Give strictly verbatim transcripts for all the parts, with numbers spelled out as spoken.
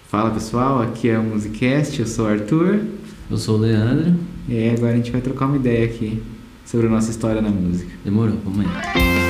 Fala pessoal, aqui é o Musicast, eu sou o Arthur. Eu sou o Leandro. E agora a gente vai trocar uma ideia aqui sobre a nossa história na música. Demorou, vamos aí.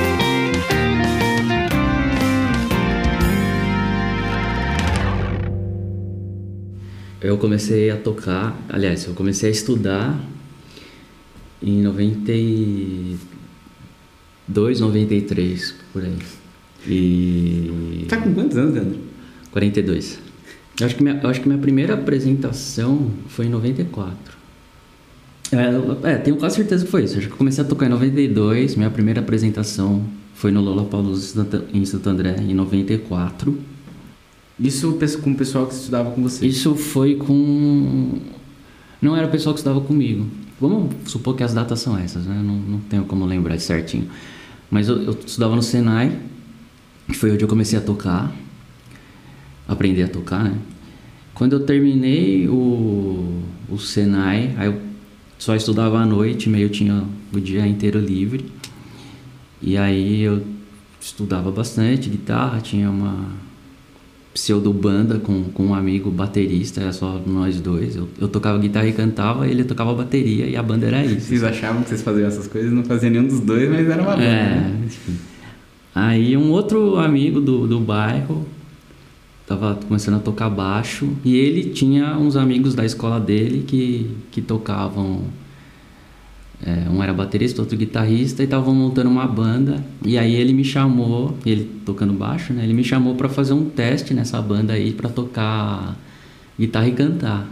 Eu comecei a tocar, aliás, eu comecei a estudar em noventa e dois, noventa e três, por aí. E... Tá com quantos anos, Leandro? quarenta e dois. Eu acho que minha, eu acho que minha primeira apresentação foi em noventa e quatro. É, é, tenho quase certeza que foi isso. Eu acho que eu comecei a tocar em noventa e dois. Minha primeira apresentação foi no Lollapalooza em Santo André em noventa e quatro. Isso com o pessoal que estudava com você? Isso foi com... Não era o pessoal que estudava comigo. Vamos supor que as datas são essas, né? Não, não tenho como lembrar de certinho. Mas eu, eu estudava no Senai, que foi onde eu comecei a tocar. Aprender a tocar, né? Quando eu terminei o, o Senai, aí eu só estudava à noite, meio tinha o dia inteiro livre. E aí eu estudava bastante guitarra, tinha uma pseudo-banda com, com um amigo baterista, era só nós dois. Eu, eu tocava guitarra e cantava, ele tocava bateria e a banda era isso. Vocês achavam que vocês faziam essas coisas, não faziam nenhum dos dois, mas era uma banda, é, né? Enfim. Aí um outro amigo do, do bairro tava começando a tocar baixo e ele tinha uns amigos da escola dele que, que tocavam, é, um era baterista, outro guitarrista, e estavam montando uma banda. E aí ele me chamou, ele tocando baixo, né? Ele me chamou para fazer um teste nessa banda aí, para tocar guitarra e cantar.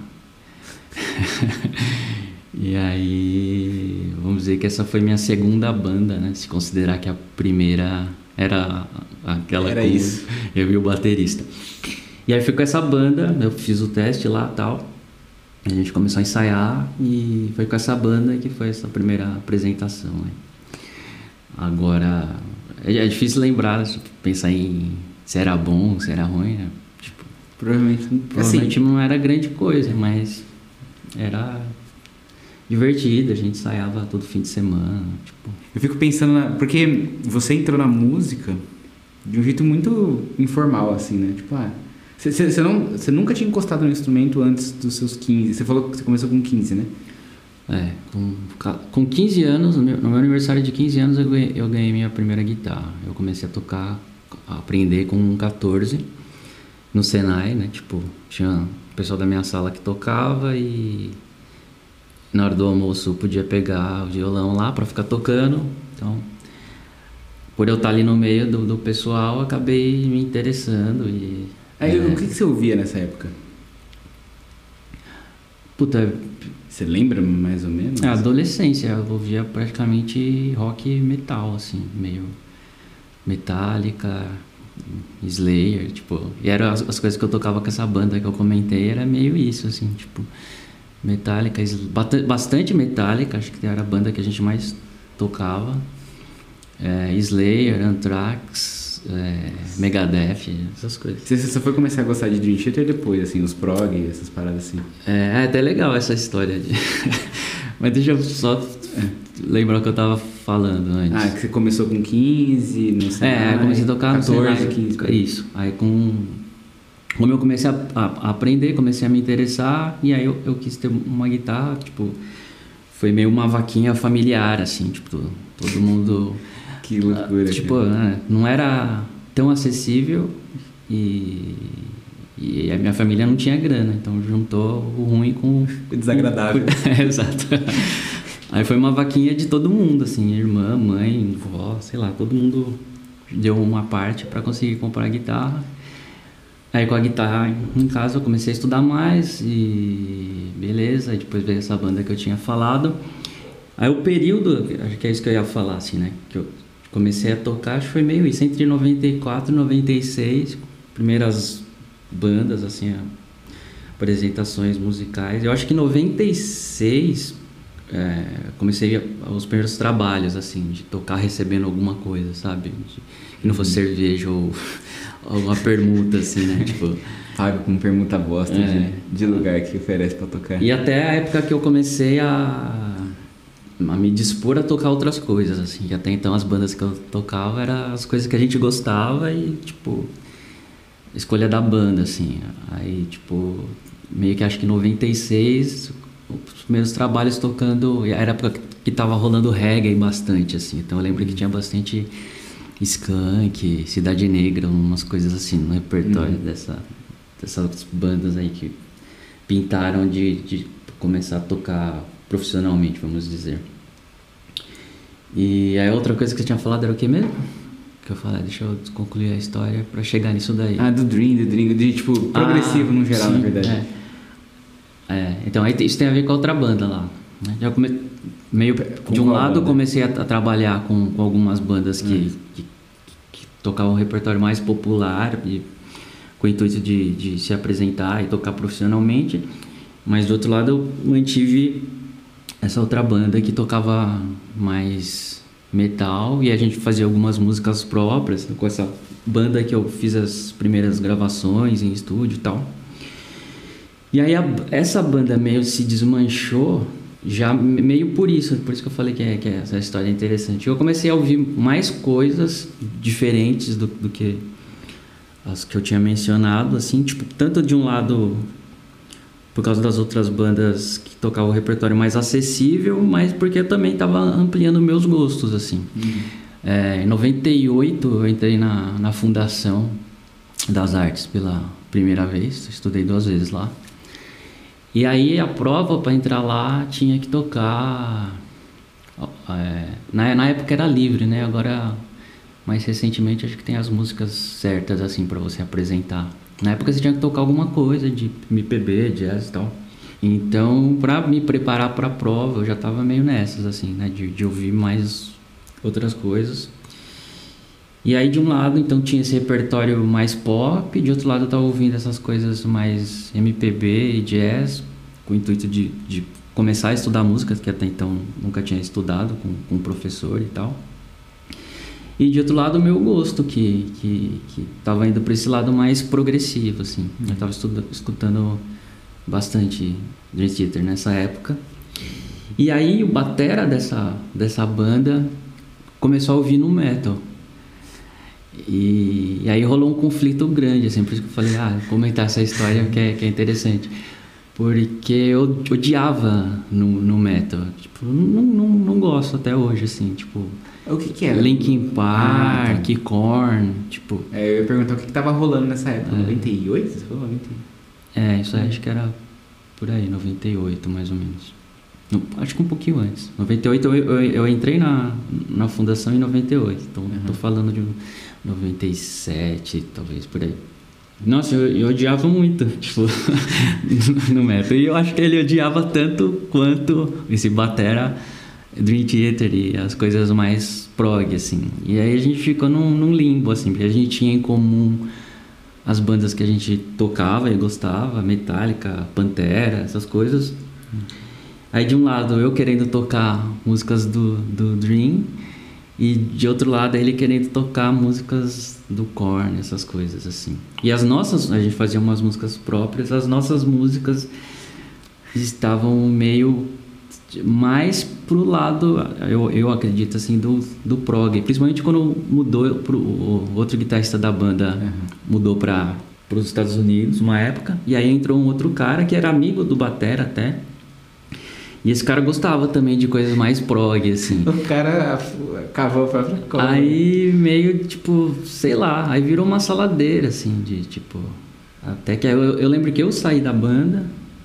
E aí, vamos dizer que essa foi minha segunda banda, né? Se considerar que a primeira era aquela era com isso. Eu e o baterista. E aí fui com essa banda, eu fiz o teste lá e tal. A gente começou a ensaiar e foi com essa banda que foi essa primeira apresentação. Né? Agora, é difícil lembrar, pensar em se era bom, se era ruim, né? Tipo, provavelmente, provavelmente assim, não era grande coisa, mas era divertido, a gente ensaiava todo fim de semana. Tipo. Eu fico pensando, na, porque você entrou na música de um jeito muito informal, assim, né? Tipo, ah, você não, você nunca tinha encostado no instrumento antes dos seus quinze. Você falou que você começou com quinze, né? É, com, com quinze anos, no meu, no meu aniversário de quinze anos, eu ganhei, eu ganhei minha primeira guitarra. Eu comecei a tocar, a aprender com catorze, no Senai, né? Tipo, tinha o pessoal da minha sala que tocava e na hora do almoço eu podia pegar o violão lá pra ficar tocando. Então, por eu estar ali no meio do, do pessoal, acabei me interessando e... Aí, é... o que, que você ouvia nessa época? Puta... Você lembra mais ou menos? A adolescência, eu ouvia praticamente rock e metal, assim, meio Metallica, Slayer, tipo... E eram as, as coisas que eu tocava com essa banda que eu comentei, era meio isso, assim, tipo... Metallica, bastante Metallica, acho que era a banda que a gente mais tocava. É, Slayer, Anthrax, é, Megadeth, essas coisas. Você só foi começar a gostar de Dream Theater depois, assim, os prog, essas paradas assim. É, é até legal essa história. De... Mas deixa eu só lembrar o que eu tava falando antes. Ah, que você começou com quinze, não sei. É, eu comecei a tocar catorze, quinze. Isso, aí com... Como eu comecei a, a, a aprender, comecei a me interessar, e aí eu, eu quis ter uma guitarra, tipo, foi meio uma vaquinha familiar, assim, tipo, todo mundo... Que loucura. Tipo, né, não era tão acessível e, e a minha família não tinha grana, então juntou o ruim com... O desagradável. Com, é, exato. Aí foi uma vaquinha de todo mundo, assim, irmã, mãe, vó, sei lá, todo mundo deu uma parte para conseguir comprar a guitarra. Aí com a guitarra em casa eu comecei a estudar mais e beleza, aí depois veio essa banda que eu tinha falado. Aí o período, acho que é isso que eu ia falar, assim, né? Que eu comecei a tocar, acho que foi meio isso, entre noventa e quatro e noventa e seis, primeiras bandas, assim, apresentações musicais. Eu acho que em noventa e seis é, comecei a, os primeiros trabalhos, assim, de tocar recebendo alguma coisa, sabe? De, que não fosse cerveja ou alguma permuta, assim, né? Tipo, pago com permuta bosta é. de, de lugar que oferece pra tocar. E até a época que eu comecei a, a me dispor a tocar outras coisas, assim. Que até então as bandas que eu tocava eram as coisas que a gente gostava e, tipo... escolha da banda, assim. Aí, tipo, meio que acho que em noventa e seis, os primeiros trabalhos tocando... Era a época que tava rolando reggae bastante, assim. Então eu lembro que tinha bastante Skank, Cidade Negra, umas coisas assim no repertório uhum. dessa, dessas bandas aí que pintaram de, de começar a tocar profissionalmente, vamos dizer. E aí outra coisa que você tinha falado era o que mesmo? Que eu falei, deixa eu concluir a história pra chegar nisso daí. Ah, do Dream, do Dream, de tipo, progressivo ah, no geral, sim, na verdade. É. é, então aí isso tem a ver com a outra banda lá. Né? Já come... meio com de um lado banda? comecei a, a trabalhar com, com algumas bandas que, hum. que, que tocavam um repertório mais popular, e, com o intuito de, de se apresentar e tocar profissionalmente. Mas do outro lado eu mantive essa outra banda que tocava mais metal e a gente fazia algumas músicas próprias com essa banda que eu fiz as primeiras gravações em estúdio e tal. E aí a, essa banda meio se desmanchou já meio por isso, por isso que eu falei que, é, que essa história é interessante. Eu comecei a ouvir mais coisas diferentes do, do que as que eu tinha mencionado, assim, tipo, tanto de um lado por causa das outras bandas que tocavam o repertório mais acessível, mas porque eu também estava ampliando meus gostos, assim. Uhum. É, em noventa e oito eu entrei na, na Fundação das Artes pela primeira vez, estudei duas vezes lá. E aí a prova para entrar lá tinha que tocar... É, na, na época era livre, né? Agora, mais recentemente, acho que tem as músicas certas, assim, para você apresentar. Na época você tinha que tocar alguma coisa de M P B, jazz e tal. Então, para me preparar para a prova, eu já estava meio nessas, assim, né? De, de ouvir mais outras coisas. E aí, de um lado, então, tinha esse repertório mais pop. De outro lado, eu estava ouvindo essas coisas mais M P B e jazz, com o intuito de, de começar a estudar música, que até então nunca tinha estudado com, com um professor e tal. E de outro lado, o meu gosto, que que que estava indo para esse lado mais progressivo, assim. Uhum. Eu estava escutando bastante Dream Theater nessa época. E aí o batera dessa, dessa banda começou a ouvir nu metal. E, e aí rolou um conflito grande, assim, por isso que eu falei, ah, comentar essa história que é, que é interessante. Porque eu odiava no, no metal. Tipo, não, não, não gosto até hoje, assim, tipo... O que que era? Linkin Park, ah, tá. Korn, tipo... É, eu ia perguntar o que que tava rolando nessa época, é. noventa e oito? Você falou noventa e oito? É, isso aí acho que era por aí, noventa e oito mais ou menos. No, acho que um pouquinho antes. noventa e oito eu, eu, eu entrei na, na fundação em noventa e oito, então uhum. tô falando de noventa e sete, talvez, por aí. Nossa, eu, eu odiava muito, tipo, no metal. E eu acho que ele odiava tanto quanto esse batera... Dream Theater e as coisas mais prog, assim. E aí a gente ficou num, num limbo, assim, porque a gente tinha em comum as bandas que a gente tocava e gostava, Metallica, Pantera, essas coisas. Aí de um lado eu querendo tocar músicas do, do Dream e de outro lado ele querendo tocar músicas do Korn, essas coisas, assim. E as nossas, a gente fazia umas músicas próprias, as nossas músicas estavam meio... mais pro lado, eu, eu acredito assim, do, do prog, principalmente quando mudou pro, o outro guitarrista da banda uhum. mudou para os Estados Unidos uma época, e aí entrou um outro cara que era amigo do batera até, e esse cara gostava também de coisas mais prog, assim. O cara cavou a própria cova. Aí meio tipo, sei lá, aí virou uma saladeira assim, de tipo, até que eu, eu lembro que eu saí da banda,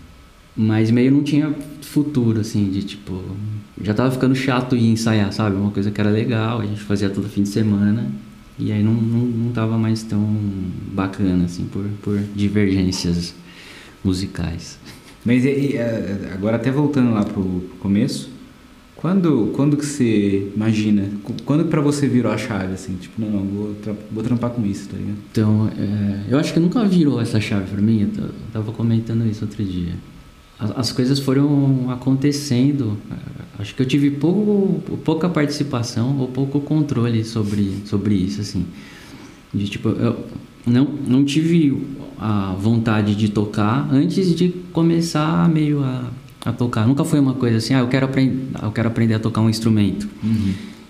mas meio não tinha futuro, assim, de tipo... Já tava ficando chato ir ensaiar, sabe? Uma coisa que era legal, a gente fazia todo fim de semana. E aí não, não, não tava mais tão bacana, assim, por, por divergências musicais. Mas e, agora até voltando lá pro começo, quando, quando que você imagina, quando pra você virou a chave, assim, tipo, não, não, vou, tra- vou trampar com isso, tá ligado? Então, é, eu acho que nunca virou essa chave pra mim, eu tava comentando isso outro dia. As coisas foram acontecendo, acho que eu tive pouco, pouca participação ou pouco controle sobre, sobre isso, assim. De, tipo, eu não, não tive a vontade de tocar antes de começar meio a, a tocar. Nunca foi uma coisa assim, ah, eu quero, aprend- eu quero aprender a tocar um instrumento. Uhum.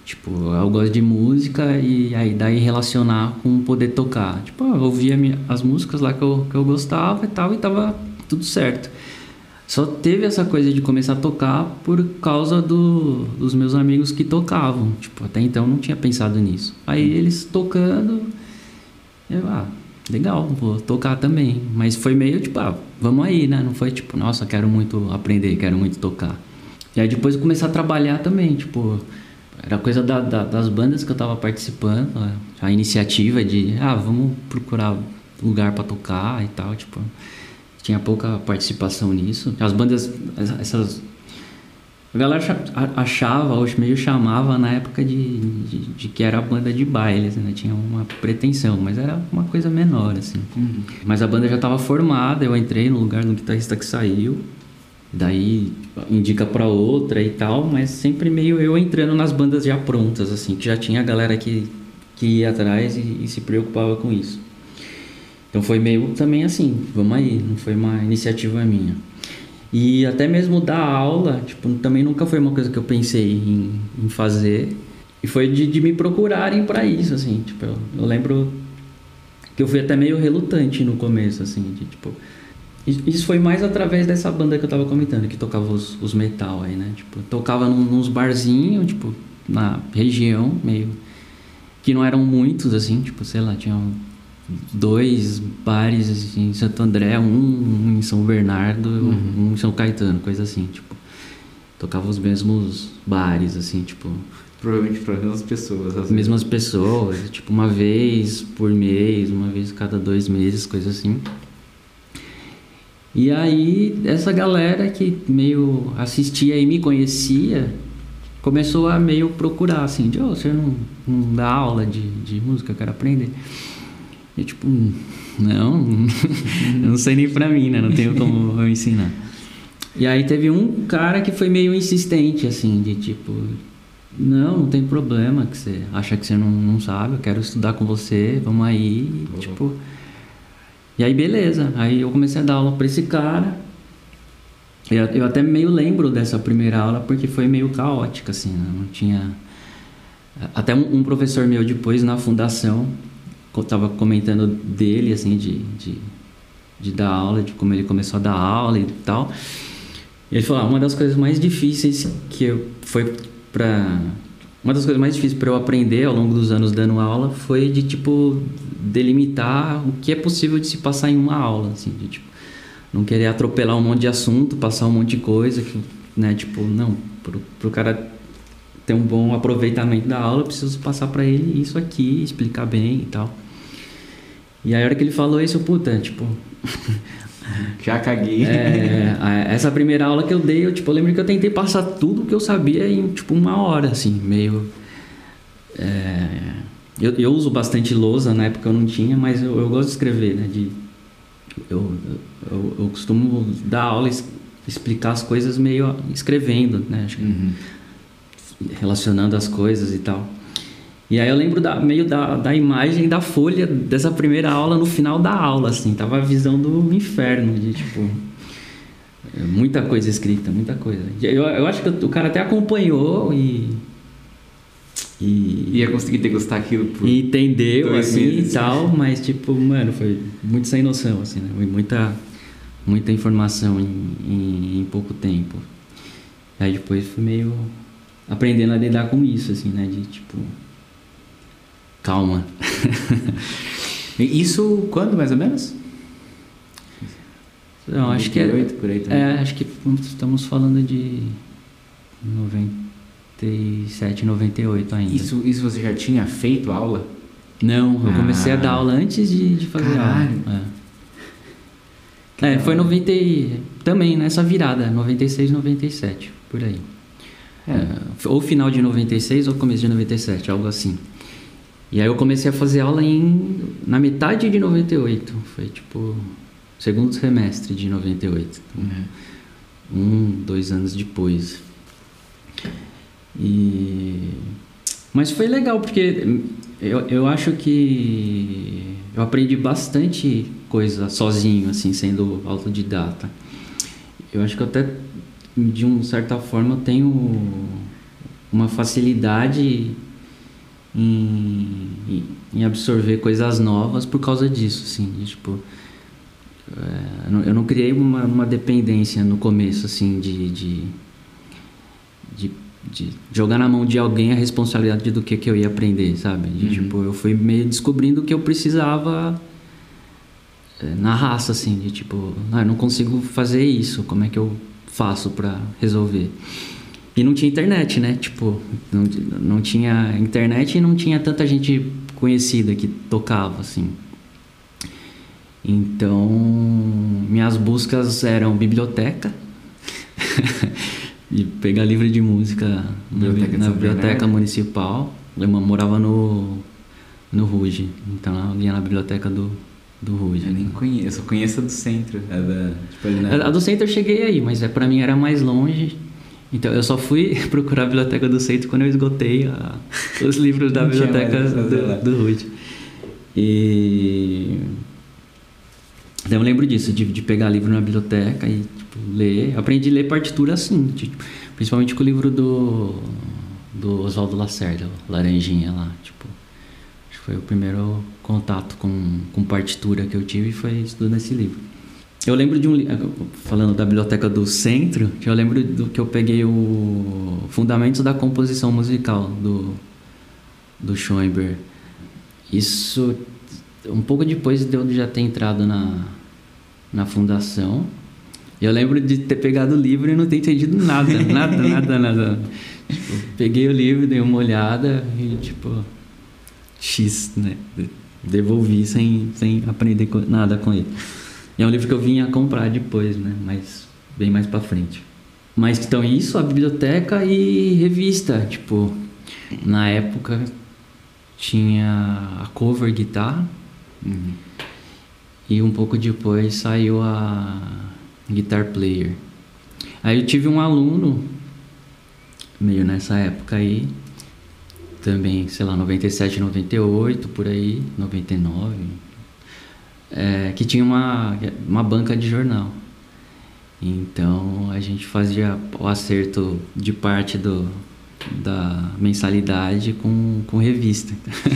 Tipo, eu gosto de música e aí daí relacionar com poder tocar. Tipo, eu ouvia minha, as músicas lá que eu, que eu gostava e tal, e tava tudo certo. Só teve essa coisa de começar a tocar por causa do, dos meus amigos que tocavam. Tipo, até então eu não tinha pensado nisso. Aí eles tocando, eu, ah, legal, vou tocar também. Mas foi meio tipo, ah, vamos aí, né? Não foi tipo, nossa, quero muito aprender, quero muito tocar. E aí depois eu comecei a trabalhar também, tipo, era coisa da, da, das bandas que eu tava participando, a iniciativa de, ah, vamos procurar lugar pra tocar e tal, tipo, tinha pouca participação nisso. As bandas, essas... A galera achava, ou meio chamava na época de, de, de que era a banda de baile, assim, né? Tinha uma pretensão, mas era uma coisa menor, assim. Uhum. Mas a banda já estava formada, eu entrei no lugar do guitarrista que saiu, daí indica pra outra e tal, mas sempre meio eu entrando nas bandas já prontas, assim, que já tinha a galera que, que ia atrás e, e se preocupava com isso. Então foi meio também assim, vamos aí, não foi uma iniciativa minha. E até mesmo dar aula, tipo, também nunca foi uma coisa que eu pensei em, em fazer. E foi de, de me procurarem pra isso, assim, tipo, eu, eu lembro que eu fui até meio relutante no começo, assim, de tipo... Isso foi mais através dessa banda que eu tava comentando, que tocava os, os metal aí, né, tipo, tocava num, nos barzinhos, tipo, na região, meio... Que não eram muitos, assim, tipo, sei lá, tinham... dois bares assim, em Santo André, um em São Bernardo, uhum. um em São Caetano, coisa assim, tipo, tocava os mesmos bares, assim, tipo... Provavelmente para as mesmas pessoas. As mesmas pessoas, tipo, uma vez por mês, uma vez cada dois meses, coisa assim. E aí, essa galera que meio assistia e me conhecia, começou a meio procurar, assim, de, oh, você não, não dá aula de, de música, eu quero aprender. E tipo, não, eu não sei nem pra mim, né? Não tenho como eu ensinar. E aí teve um cara que foi meio insistente, assim, de tipo, não, não tem problema, que você acha que você não, não sabe, eu quero estudar com você, vamos aí, uhum. tipo... E aí beleza, aí eu comecei a dar aula pra esse cara. Eu, eu até meio lembro dessa primeira aula, porque foi meio caótica, assim, né? Não tinha... Até um, um professor meu depois na fundação... Eu tava comentando dele, assim, de, de, de dar aula, de como ele começou a dar aula e tal. E ele falou, ah, uma das coisas mais difíceis que eu, foi pra... Uma das coisas mais difíceis para eu aprender ao longo dos anos dando aula foi de, tipo, delimitar o que é possível de se passar em uma aula, assim, de, tipo, não querer atropelar um monte de assunto, passar um monte de coisa, que, né, tipo, não, pro, pro cara... ter um bom aproveitamento da aula, eu preciso passar pra ele isso aqui, explicar bem e tal. E aí a hora que ele falou isso, puta, tipo... Já caguei. É, essa primeira aula que eu dei, eu, tipo, eu lembro que eu tentei passar tudo que eu sabia em, tipo, uma hora, assim, meio... É, eu, eu uso bastante lousa, na época eu não tinha, mas eu, eu gosto de escrever, né, de... Eu, eu, eu costumo dar aula e explicar as coisas meio escrevendo, né, acho que... Uhum. Relacionando as coisas e tal. E aí eu lembro da, meio da, da imagem da folha dessa primeira aula no final da aula, assim, tava a visão do inferno, de tipo, muita coisa escrita, muita coisa. Eu, eu acho que o cara até acompanhou e... E ia conseguir degustar aquilo por e entendeu, assim, meses, e tal, mas tipo, mano, foi muito sem noção, assim, né? Foi muita, muita informação em, em, em pouco tempo. Aí depois fui meio... aprendendo a lidar com isso, assim, né? De, tipo... Calma. Isso quando, mais ou menos? Não, acho que é... por aí também. É, acho que estamos falando de... noventa e sete, noventa e oito ainda. Isso, isso você já tinha feito aula? Não, eu ah. comecei a dar aula antes de, de fazer Caralho. aula. É, é foi noventa... Também, nessa virada. noventa e seis, noventa e sete, por aí. É. É, ou final de noventa e seis ou começo de noventa e sete, algo assim. E aí eu comecei a fazer aula em, na metade de noventa e oito. Foi tipo segundo semestre de noventa e oito. Então, uhum. Um, dois anos depois. E... Mas foi legal, porque eu, eu acho que eu aprendi bastante coisa sozinho, assim, sendo autodidata. Eu acho que até... de uma certa forma eu tenho uma facilidade em, em absorver coisas novas por causa disso, assim, de, tipo, é, eu não criei uma, uma dependência no começo, assim, de, de, de, de jogar na mão de alguém a responsabilidade do que, que eu ia aprender, sabe? De, uhum. Tipo, eu fui meio descobrindo que eu precisava é, na raça, assim, de tipo, ah, eu não consigo fazer isso, como é que eu faço pra resolver? E não tinha internet, né? Tipo, não, não tinha internet e não tinha tanta gente conhecida que tocava, assim. Então, minhas buscas eram biblioteca e pegar livro de música biblioteca na, na biblioteca municipal. Eu morava no, no Ruge, então eu ia na biblioteca do, do Ruge. Eu nem conheço, eu só conheço a do centro. A, da, tipo, ali na... a do centro eu cheguei aí, mas é, pra mim era mais longe. Então eu só fui procurar a biblioteca do centro quando eu esgotei a, os livros da biblioteca do, do Rude. E então eu lembro disso, de, de pegar livro na biblioteca e tipo, ler. Aprendi a ler partitura assim, tipo, principalmente com o livro do, do Oswaldo Lacerda, Laranjinha lá. Tipo, acho que foi o primeiro contato com, com partitura que eu tive, foi estudando esse livro. Eu lembro de um... Falando da biblioteca do centro, eu lembro do que eu peguei o Fundamentos da Composição Musical do, do Schoenberg. Isso um pouco depois de eu já ter entrado na, na fundação. Eu lembro de ter pegado o livro e não ter entendido nada, nada, nada, nada. Tipo, peguei o livro, dei uma olhada e tipo... X, né? Devolvi sem, sem aprender nada com ele. É um livro que eu vim a comprar depois, né? Mas bem mais pra frente. Mas então isso, a biblioteca e revista. Tipo, na época tinha a Cover Guitar. Uhum. E um pouco depois saiu a Guitar Player. Aí eu tive um aluno, meio nessa época aí, também, sei lá, noventa e sete, noventa e oito, por aí, noventa e nove... É, que tinha uma, uma banca de jornal. Então a gente fazia o acerto de parte do, da mensalidade com, com revista.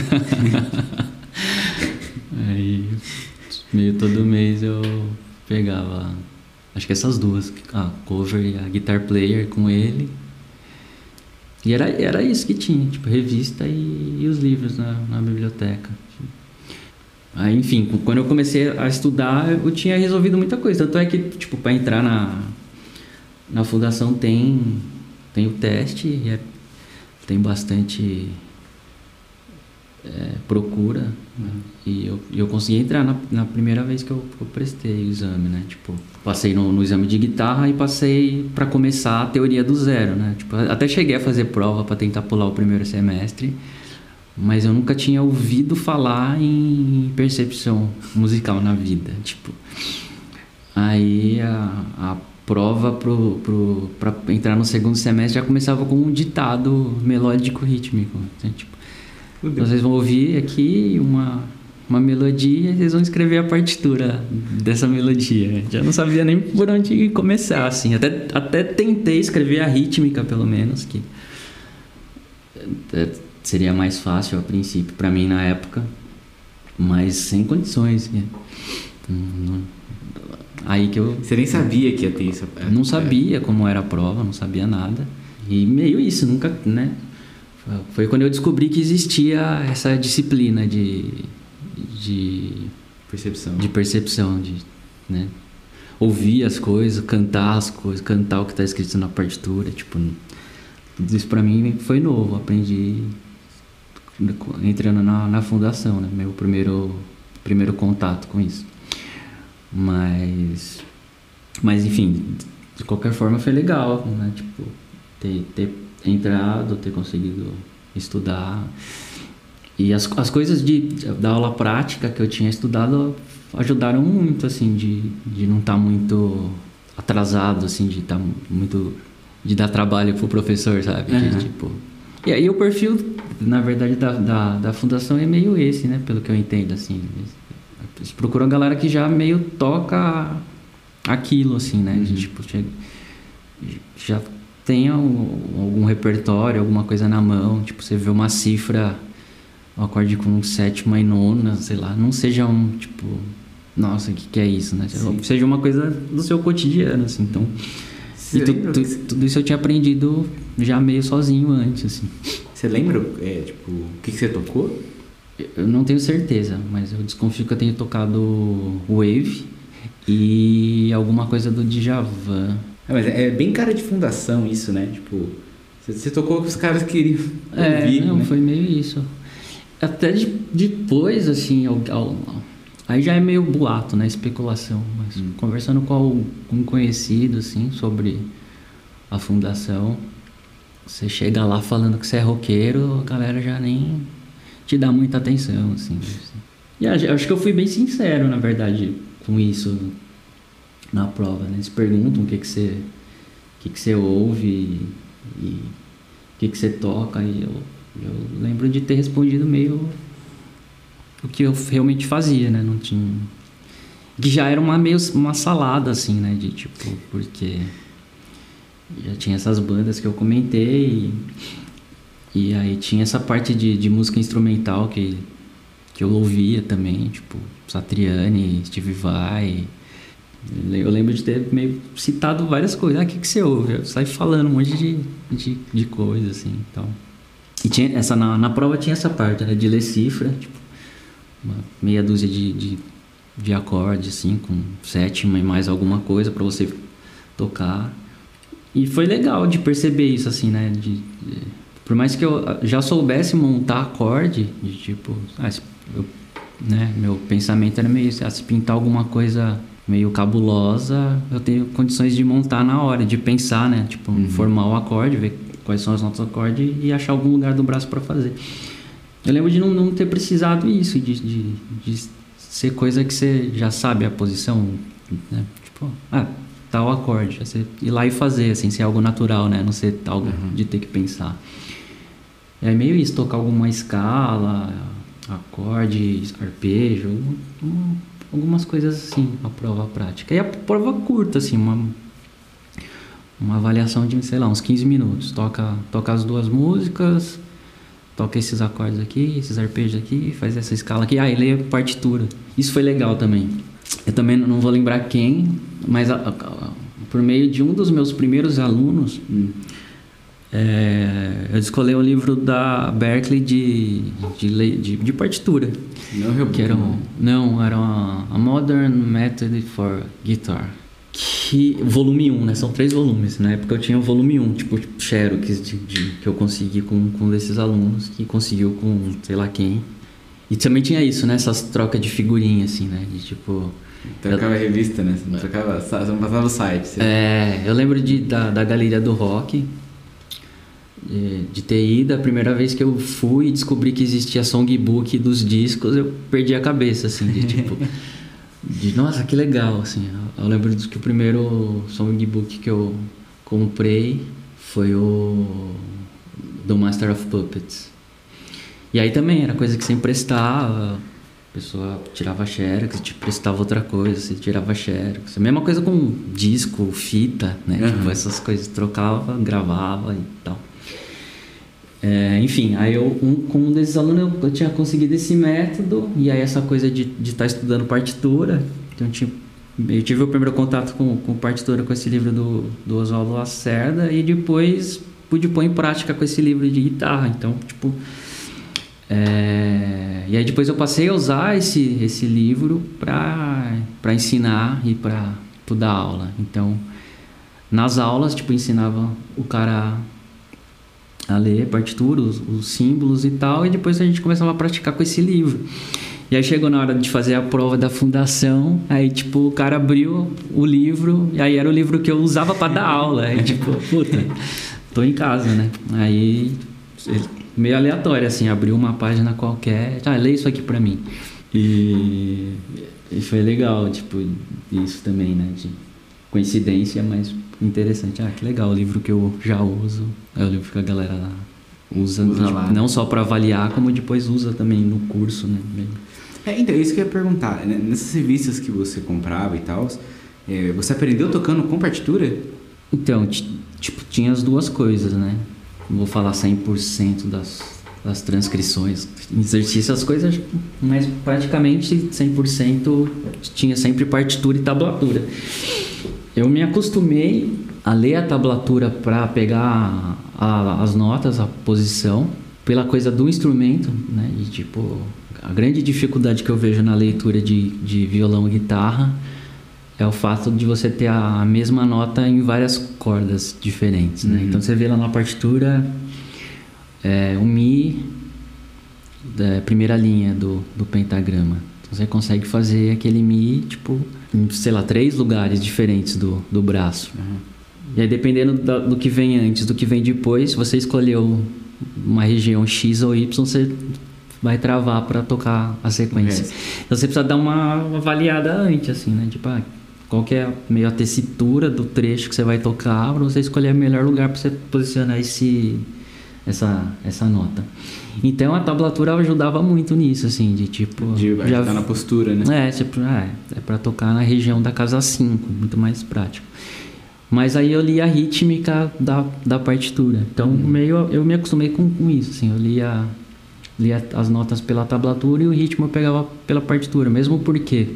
Aí meio todo mês eu pegava, acho que essas duas, a Cover e a Guitar Player com ele. E era, era isso que tinha, tipo, revista e, e os livros na, na biblioteca. Aí, enfim, quando eu comecei a estudar, eu tinha resolvido muita coisa. Tanto é que, tipo, para entrar na, na fundação tem, tem o teste, e é, tem bastante é, procura. Né? E eu, eu consegui entrar na, na primeira vez que eu, que eu prestei o exame, né? Tipo, passei no, no exame de guitarra e passei para começar a teoria do zero, né? Tipo, até cheguei a fazer prova para tentar pular o primeiro semestre. Mas eu nunca tinha ouvido falar em percepção musical na vida, tipo. Aí a, a prova pro, pro, pra entrar no segundo semestre já começava com um ditado melódico rítmico. Então, tipo, vocês vão ouvir aqui uma, uma melodia e vocês vão escrever a partitura dessa melodia. Já não sabia nem por onde começar, assim. Até, até tentei escrever a rítmica, pelo menos, que... É, seria mais fácil a princípio para mim na época, mas sem condições. Aí que eu... Você nem sabia que ia ter isso? Não sabia como era a prova, não sabia nada. E meio isso, nunca, né? Foi quando eu descobri que existia essa disciplina de... de percepção. De percepção, de, né? Ouvir as coisas, cantar as coisas, cantar o que está escrito na partitura, tipo... Tudo isso para mim foi novo, aprendi... entrando na, na fundação, né? Meu primeiro, primeiro contato com isso. Mas, mas enfim, de qualquer forma foi legal, né? Tipo, ter, ter entrado, ter conseguido estudar. E as, as coisas de, da aula prática que eu tinha estudado ajudaram muito, assim, de, de não estar muito atrasado, assim, de estar muito... de dar trabalho pro professor, sabe? Uhum. De, tipo... E aí o perfil, na verdade, da, da, da fundação é meio esse, né? Pelo que eu entendo, assim. Eles procuram a galera que já meio toca aquilo, assim, né? Uhum. De, tipo, chega, já tenha um, algum repertório, alguma coisa na mão, tipo, você vê uma cifra, um acorde com sétima e nona, sei lá, não seja um, tipo, nossa, o que, que é isso, né? Sim. Seja uma coisa do seu cotidiano, assim, então... Você e tu, tu, tudo isso eu tinha aprendido já meio sozinho antes, assim. Você lembra, é, tipo, o que, que você tocou? Eu não tenho certeza, mas eu desconfio que eu tenha tocado Wave e alguma coisa do Djavan. É, mas é bem cara de fundação isso, né? Tipo, você, você tocou o que os caras queriam é, ouvir, não, né? Foi meio isso. Até de, depois, assim, ao, ao, aí já é meio boato, né? Especulação. Mas hum. conversando com um conhecido, assim, sobre a fundação, você chega lá falando que você é roqueiro, a galera já nem te dá muita atenção, assim. E acho que eu fui bem sincero, na verdade, com isso na prova, né? Eles perguntam o que que você, o que que você ouve e, e o que que você toca, e eu, eu lembro de ter respondido meio o que eu realmente fazia, né? Não tinha... Que já era uma meio uma salada, assim, né? De tipo, porque já tinha essas bandas que eu comentei e, e aí tinha essa parte de, de música instrumental que, que eu ouvia também, tipo Satriani, Steve Vai. Eu lembro de ter meio citado várias coisas. Ah, o que, que você ouve? Eu saí falando um monte de, de, de coisa, assim, então... E tinha essa, na, na prova tinha essa parte, né, de ler cifra, tipo, uma meia dúzia de, de, de acordes, assim, com sétima e mais alguma coisa pra você tocar. E foi legal de perceber isso, assim, né, de, de, por mais que eu já soubesse montar acorde, de tipo, ah, eu, né, meu pensamento era meio, ah, se pintar alguma coisa meio cabulosa, eu tenho condições de montar na hora, de pensar, né, tipo, uhum. formar o acorde, ver quais são as notas do acorde e achar algum lugar do braço para fazer. Eu lembro de não, não ter precisado isso, de, de, de ser coisa que você já sabe a posição, né? Tipo, ah, tal acorde, você ir lá e fazer, assim, ser algo natural, né? Não ser algo uhum. de ter que pensar. É meio isso, tocar alguma escala, acorde, arpejo, uma, algumas coisas assim, a prova prática. E a prova curta, assim, uma... uma avaliação de, sei lá, uns quinze minutos. Toca, toca as duas músicas, toca esses acordes aqui, esses arpejos aqui, faz essa escala aqui. Ah, e lê a partitura. Isso foi legal também. Eu também não vou lembrar quem, mas a, a, a, por meio de um dos meus primeiros alunos, hum, é, eu escolhi o livro da Berklee de, de, de, de partitura. Não, eu que era um, não, era uma a Modern Method for Guitar. Que, volume um, né? São três volumes. Na época eu tinha o volume um, tipo Xerox, de, de, que eu consegui com, com um desses alunos, que conseguiu com sei lá quem. E também tinha isso, né? Essas trocas de figurinha, assim, né? De tipo... Trocava eu, revista, né? Você não trocava... Você não passava o site. Você... É, eu lembro de, da, da Galeria do Rock, de, de ter ido. A primeira vez que eu fui e descobri que existia songbook dos discos, eu perdi a cabeça, assim, de tipo... De, nossa, que legal, assim. Eu lembro que o primeiro songbook que eu comprei foi o do Master of Puppets. E aí também era coisa que você emprestava, a pessoa tirava xerox, te prestava outra coisa, você tirava xerox. A mesma coisa com disco, fita, né? Uhum. Tipo, essas coisas, trocava, gravava e tal. É, enfim, aí eu, um, com um desses alunos eu, eu tinha conseguido esse método, e aí essa coisa de estar de tá estudando partitura, então eu, tinha, eu tive o primeiro contato com, com partitura com esse livro do, do Oswaldo Lacerda, e depois pude pôr em prática com esse livro de guitarra, então tipo... É, e aí depois eu passei a usar esse, esse livro para para ensinar e para dar aula. Então, nas aulas, tipo, ensinava o cara a ler partitura, os, os símbolos e tal, e depois a gente começava a praticar com esse livro. E aí chegou na hora de fazer a prova da fundação, aí tipo, o cara abriu o livro, e aí era o livro que eu usava para dar aula. Aí tipo, puta, tô em casa, né? Aí, meio aleatório, assim, abriu uma página qualquer, ah, lê isso aqui pra mim. E, e foi legal, tipo, isso também, né? De coincidência, mas interessante. Ah, que legal, o livro que eu já uso, é o livro que a galera usa, usa tipo, lá, não só para avaliar, como depois usa também no curso, né? É, então, isso que eu ia perguntar. Nessas revistas que você comprava e tal, é, você aprendeu tocando com partitura? Então, t- tipo, tinha as duas coisas, né? Não vou falar cem por cento das, das transcrições, exercício, as coisas, mas praticamente cem por cento tinha sempre partitura e tablatura. Eu me acostumei a ler a tablatura para pegar a, as notas, a posição, pela coisa do instrumento, né? E tipo, a grande dificuldade que eu vejo na leitura de, de violão e guitarra é o fato de você ter a mesma nota em várias cordas diferentes, né? Uhum. Então você vê lá na partitura é, o Mi, da primeira linha do, do pentagrama. Então você consegue fazer aquele Mi, tipo, em, sei lá, três lugares diferentes do, do braço. Uhum. E aí, dependendo da, do que vem antes, do que vem depois, se você escolheu uma região X ou Y, você vai travar para tocar a sequência. Uhum. Então você precisa dar uma avaliada antes, assim, né? Tipo, ah, qual que é meio a tessitura do trecho que você vai tocar, para você escolher o melhor lugar para você posicionar esse, essa, essa nota. Então a tablatura ajudava muito nisso, assim, de tipo... De já ajudar na postura, né? É, tipo, é, é para tocar na região da casa cinco, muito mais prático. Mas aí eu li a rítmica da, da partitura. Então uhum. meio, eu me acostumei com, com isso, assim, eu lia, lia as notas pela tablatura e o ritmo eu pegava pela partitura, mesmo porque...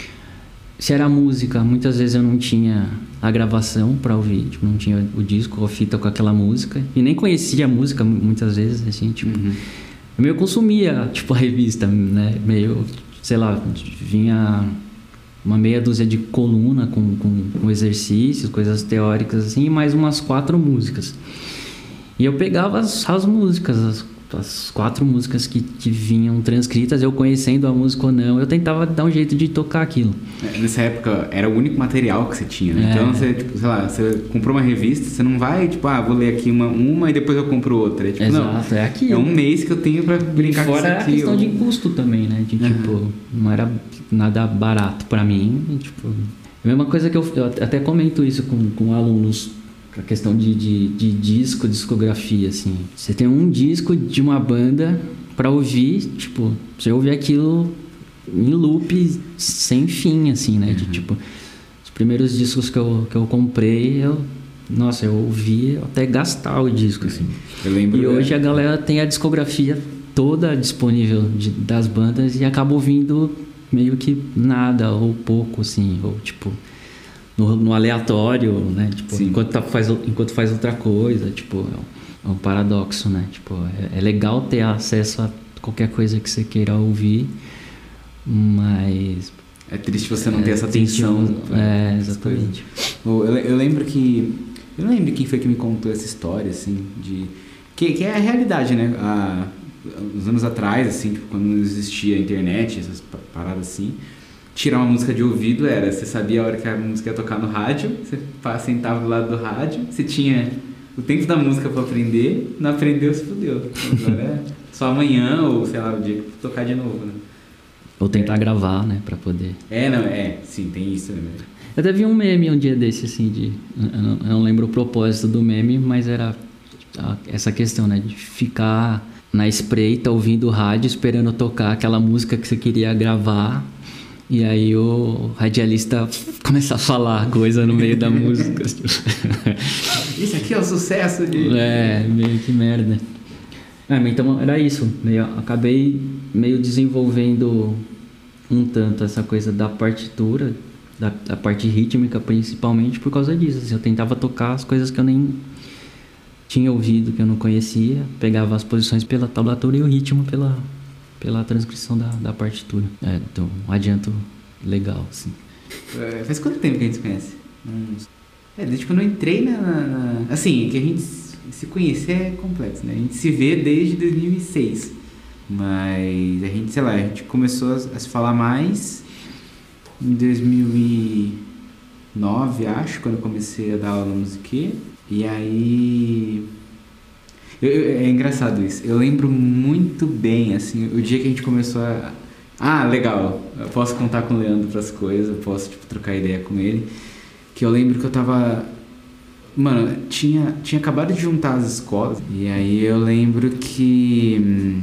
Se era música, muitas vezes eu não tinha a gravação para ouvir, tipo, não tinha o disco ou a fita com aquela música, e nem conhecia a música muitas vezes, assim, tipo, uhum. eu meio consumia, tipo, a revista, né, meio, sei lá, vinha uma meia dúzia de coluna com, com, com exercícios, coisas teóricas, assim, e mais umas quatro músicas. E eu pegava as, as músicas, as as quatro músicas que, que vinham transcritas, eu conhecendo a música ou não, eu tentava dar um jeito de tocar aquilo. Nessa época era o único material que você tinha, né? É. Então você, tipo, sei lá, você comprou uma revista, você não vai, tipo, ah, vou ler aqui uma, uma e depois eu compro outra. É, tipo, exato, não, é aquilo. É um mês que eu tenho pra brincar com isso aqui. Fora a questão de custo também, né? De, tipo, uhum. não era nada barato pra mim, e, tipo... A mesma coisa que eu, eu até comento isso com, com alunos, a questão de, de, de disco, discografia, assim. Você tem um disco de uma banda pra ouvir, tipo, você ouve aquilo em loop sem fim, assim, né? Uhum. De, tipo, os primeiros discos que eu, que eu comprei, eu... Nossa, eu ouvi até gastar o disco, assim. Eu lembro, e hoje é... a galera tem a discografia toda disponível de, das bandas e acaba ouvindo meio que nada ou pouco, assim, ou tipo... No, no aleatório, né? Tipo, enquanto, tá, faz, enquanto faz outra coisa, tipo, é um, é um paradoxo, né? Tipo, é, é legal ter acesso a qualquer coisa que você queira ouvir, mas... É triste você não é ter essa atenção. É, exatamente. Eu, eu lembro que... Eu não lembro quem foi que me contou essa história, assim, de... Que, que é a realidade, né? Há uns anos atrás, assim, tipo, quando não existia a internet, essas paradas assim... Tirar uma música de ouvido era, você sabia a hora que a música ia tocar no rádio, você sentava do lado do rádio, você tinha o tempo da música para aprender, não aprendeu, se fudeu. Agora é só amanhã ou, sei lá, o dia que tocar de novo, né? Ou tentar é. gravar, né, para poder... É, não, é, sim, tem isso, né? Eu até vi um meme um dia desse, assim, de... Eu não, eu não lembro o propósito do meme, mas era essa questão, né, de ficar na espreita, ouvindo o rádio, esperando tocar aquela música que você queria gravar... E aí o radialista começa a falar coisa no meio da música. Isso aqui é o sucesso de... É, meio que merda. É, mas então era isso. Meio, acabei meio desenvolvendo um tanto essa coisa da partitura, da, da parte rítmica principalmente por causa disso. Assim, eu tentava tocar as coisas que eu nem tinha ouvido, que eu não conhecia. Pegava as posições pela tablatura e o ritmo pela... pela transcrição da, da partitura. É, então, um adianto legal, assim. É, faz quanto tempo que a gente se conhece? Hum, é, desde quando eu entrei na, na... Assim, que a gente se conhecer é complexo, né? A gente se vê desde dois mil e seis. Mas a gente, sei lá, a gente começou a, a se falar mais em dois mil e nove, acho, quando eu comecei a dar aula na Musiquê. E aí... Eu, eu, é engraçado isso. Eu lembro muito bem, assim, o dia que a gente começou a... Ah, legal, eu posso contar com o Leandro pras coisas, eu posso, tipo, trocar ideia com ele. Que eu lembro que eu tava... Mano, tinha, tinha acabado de juntar as escolas. E aí eu lembro que... Hum,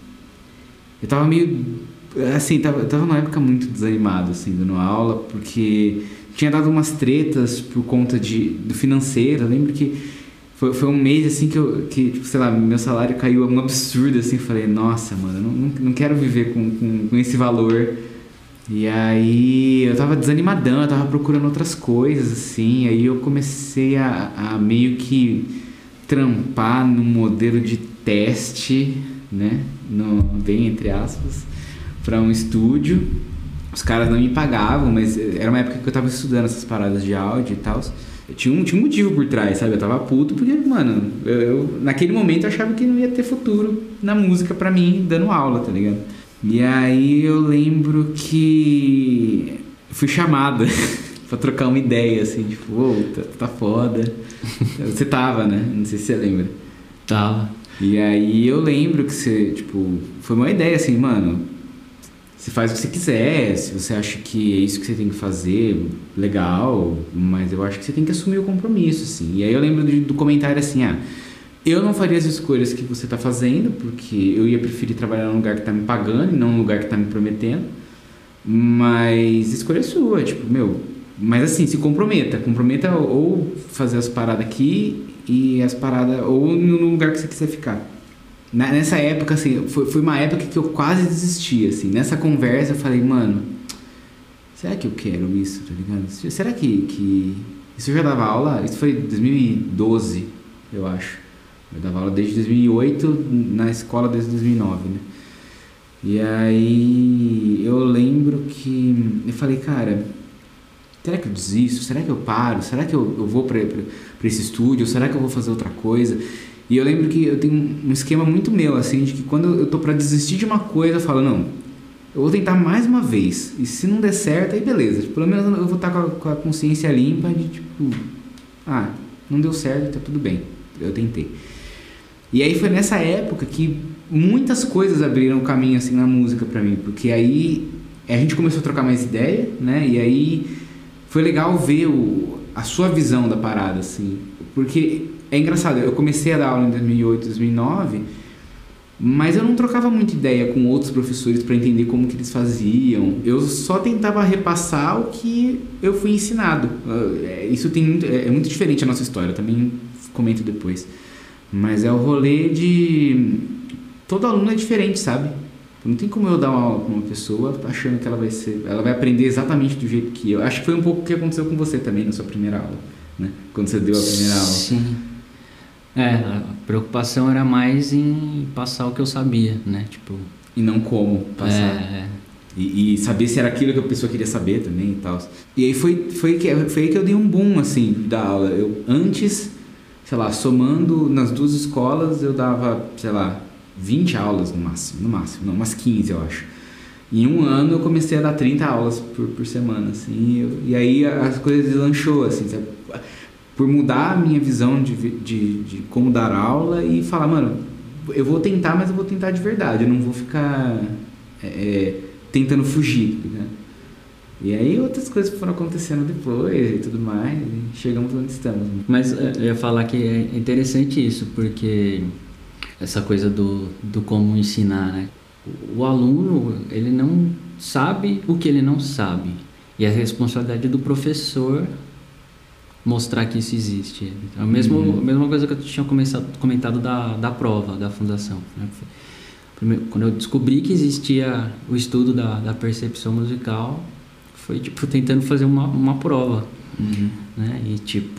eu tava meio... Assim, tava, eu tava numa época muito desanimado, assim, dando aula, porque tinha dado umas tretas por conta de, do financeiro. Eu lembro que foi, foi um mês assim que, eu, que tipo, sei lá, meu salário caiu um absurdo, assim. Falei, nossa, mano, eu não, não, não quero viver com, com, com esse valor. E aí eu tava desanimadão, eu tava procurando outras coisas, assim. Aí eu comecei a, a meio que trampar no modelo de teste, né? No, bem entre aspas, para um estúdio. Os caras não me pagavam, mas era uma época que eu tava estudando essas paradas de áudio e tal. Tinha um, tinha um motivo por trás, sabe? Eu tava puto porque, mano, eu, eu, naquele momento eu achava que não ia ter futuro na música pra mim, dando aula, tá ligado? E aí eu lembro que fui chamada pra trocar uma ideia, assim, tipo, ô, oh, tá, tá foda. Você tava, né? Não sei se você lembra. Tava. E aí eu lembro que você, tipo, foi uma ideia assim, mano, você faz o que você quiser, se você acha que é isso que você tem que fazer, legal, mas eu acho que você tem que assumir o compromisso, assim. E aí eu lembro do, do comentário assim, ah, eu não faria as escolhas que você tá fazendo, porque eu ia preferir trabalhar num lugar que tá me pagando e não num lugar que tá me prometendo, mas escolha sua, tipo, meu, mas assim, se comprometa, comprometa ou fazer as paradas aqui e as paradas, ou no lugar que você quiser ficar. Nessa época, assim, foi, foi uma época que eu quase desisti, assim. Nessa conversa eu falei, mano, será que eu quero isso, tá ligado? Será que, que... Isso eu já dava aula? Isso foi em dois mil e doze, eu acho. Eu dava aula desde dois mil e oito, na escola desde dois mil e nove, né? E aí eu lembro que eu falei, cara, será que eu desisto? Será que eu paro? Será que eu, eu vou pra, pra, pra esse estúdio? Será que eu vou fazer outra coisa? E eu lembro que eu tenho um esquema muito meu, assim, de que quando eu tô pra desistir de uma coisa, eu falo, não, eu vou tentar mais uma vez. E se não der certo, aí beleza. Tipo, pelo menos eu vou estar com a, com a consciência limpa de, tipo, ah, não deu certo, tá tudo bem. Eu tentei. E aí foi nessa época que muitas coisas abriram o caminho, assim, na música pra mim. Porque aí a gente começou a trocar mais ideia, né? E aí foi legal ver o, a sua visão da parada, assim. Porque... É engraçado, eu comecei a dar aula em dois mil e oito, dois mil e nove, mas eu não trocava muita ideia com outros professores para entender como que eles faziam. Eu só tentava repassar o que eu fui ensinado. Isso tem muito, é muito diferente a nossa história, eu também comento depois. Mas é o rolê de... Todo aluno é diferente, sabe? Não tem como eu dar uma aula para uma pessoa achando que ela vai ser... Ela vai aprender exatamente do jeito que eu. Acho que foi um pouco o que aconteceu com você também na sua primeira aula, né? Quando você deu a primeira aula. Sim. É, a preocupação era mais em passar o que eu sabia, né? Tipo... E não como passar. É, é. E, e saber se era aquilo que a pessoa queria saber também e tal. E aí foi, foi, que, foi aí que eu dei um boom, assim, da aula. Eu, antes, sei lá, somando nas duas escolas, eu dava, sei lá, vinte aulas no máximo. No máximo, não, umas quinze, eu acho. Em um ano eu comecei a dar trinta aulas por, por semana, assim. E, eu, e aí as coisas deslanchou, assim, sabe? Por mudar a minha visão de, de, de como dar aula e falar, mano, eu vou tentar, mas eu vou tentar de verdade, eu não vou ficar é, tentando fugir, né? E aí outras coisas foram acontecendo depois e tudo mais, e chegamos onde estamos. Mas eu ia falar que é interessante isso, porque essa coisa do, do como ensinar, né? O aluno, ele não sabe o que ele não sabe, e a responsabilidade do professor mostrar que isso existe. Então, a mesma, uhum. a mesma coisa que eu tinha começado, comentado da, da prova, da fundação, né? Primeiro, quando eu descobri que existia o estudo da, da percepção musical, foi tipo tentando fazer uma, uma prova, uhum. né? E tipo,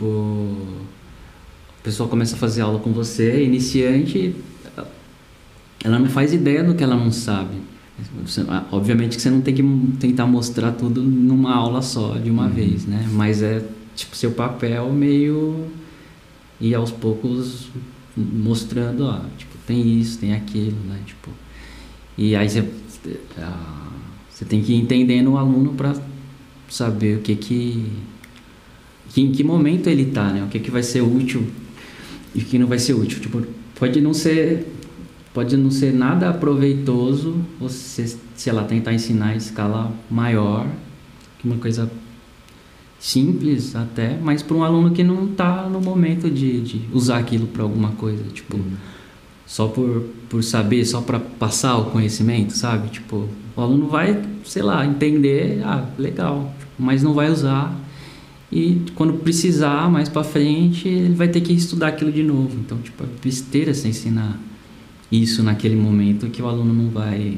a pessoa começa a fazer aula com você, iniciante, ela não faz ideia do que ela não sabe. Você, obviamente que você não tem que tentar mostrar tudo numa aula só, de uma uhum. vez, né? Mas é tipo, seu papel meio ir aos poucos mostrando, ó, tipo, tem isso, tem aquilo, né, tipo, e aí você, uh, você tem que ir entendendo o aluno para saber o que que, que em que momento ele tá, né, o que que vai ser útil e o que não vai ser útil, tipo, pode não ser, pode não ser nada proveitoso você, sei lá, tentar ensinar em escala maior, que uma coisa simples até, mas para um aluno que não está no momento de, de usar aquilo para alguma coisa, tipo, uhum. só por, por saber, só para passar o conhecimento, sabe? Tipo, o aluno vai, sei lá, entender, ah, legal, mas não vai usar. e quando precisar, mais pra frente, ele vai ter que estudar aquilo de novo. Então, tipo, é besteira você ensinar isso naquele momento que o aluno não vai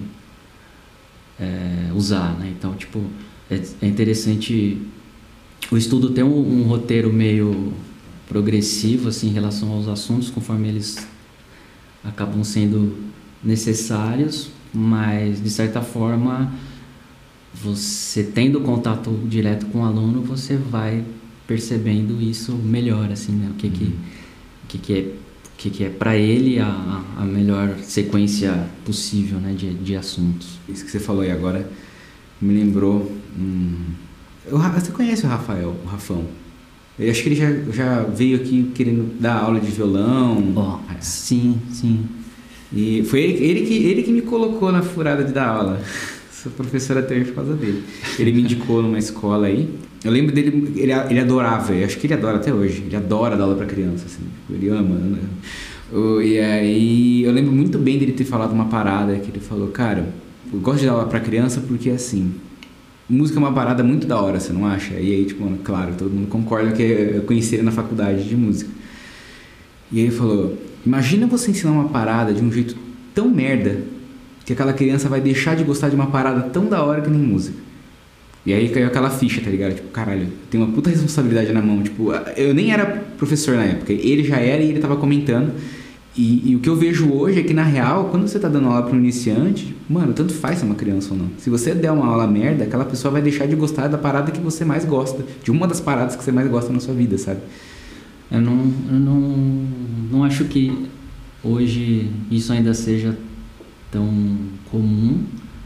é, usar, né? Então, tipo, é, é interessante o estudo ter um, um roteiro meio progressivo, assim, em relação aos assuntos, conforme eles acabam sendo necessários, mas, de certa forma, você tendo contato direto com o aluno, você vai percebendo isso melhor, assim, né? O que que, o que, que é, o que que é para ele a, a melhor sequência possível, né, de, de assuntos. Isso que você falou aí agora me lembrou... Hum, o, você conhece o Rafael, o Rafão? Eu acho que ele já, já veio aqui querendo dar aula de violão. Oh, sim, sim. E foi ele, ele, que, ele que me colocou na furada de dar aula. Sou professor até hoje por causa dele. Ele me indicou numa escola aí. Eu lembro dele, ele, ele adorava, eu acho que ele adora até hoje. Ele adora dar aula pra criança, assim. Ele ama, né? E aí, eu lembro muito bem dele ter falado uma parada que ele falou, cara, eu gosto de dar aula pra criança porque, assim, música é uma parada muito da hora, você não acha? E aí, tipo, claro, todo mundo concorda que eu conheci ele na faculdade de música. E aí ele falou, imagina você ensinar uma parada de um jeito tão merda que aquela criança vai deixar de gostar de uma parada tão da hora que nem música. E aí caiu aquela ficha, tá ligado? Tipo, caralho, tem uma puta responsabilidade na mão. Tipo, eu nem era professor na época, ele já era e ele tava comentando. E, e o que eu vejo hoje é que, na real, quando você tá dando aula para um iniciante, mano, tanto faz se é uma criança ou não. Se você der uma aula merda, aquela pessoa vai deixar de gostar da parada que você mais gosta. De uma das paradas que você mais gosta na sua vida, sabe? Eu não, eu não, não acho que hoje isso ainda seja tão comum,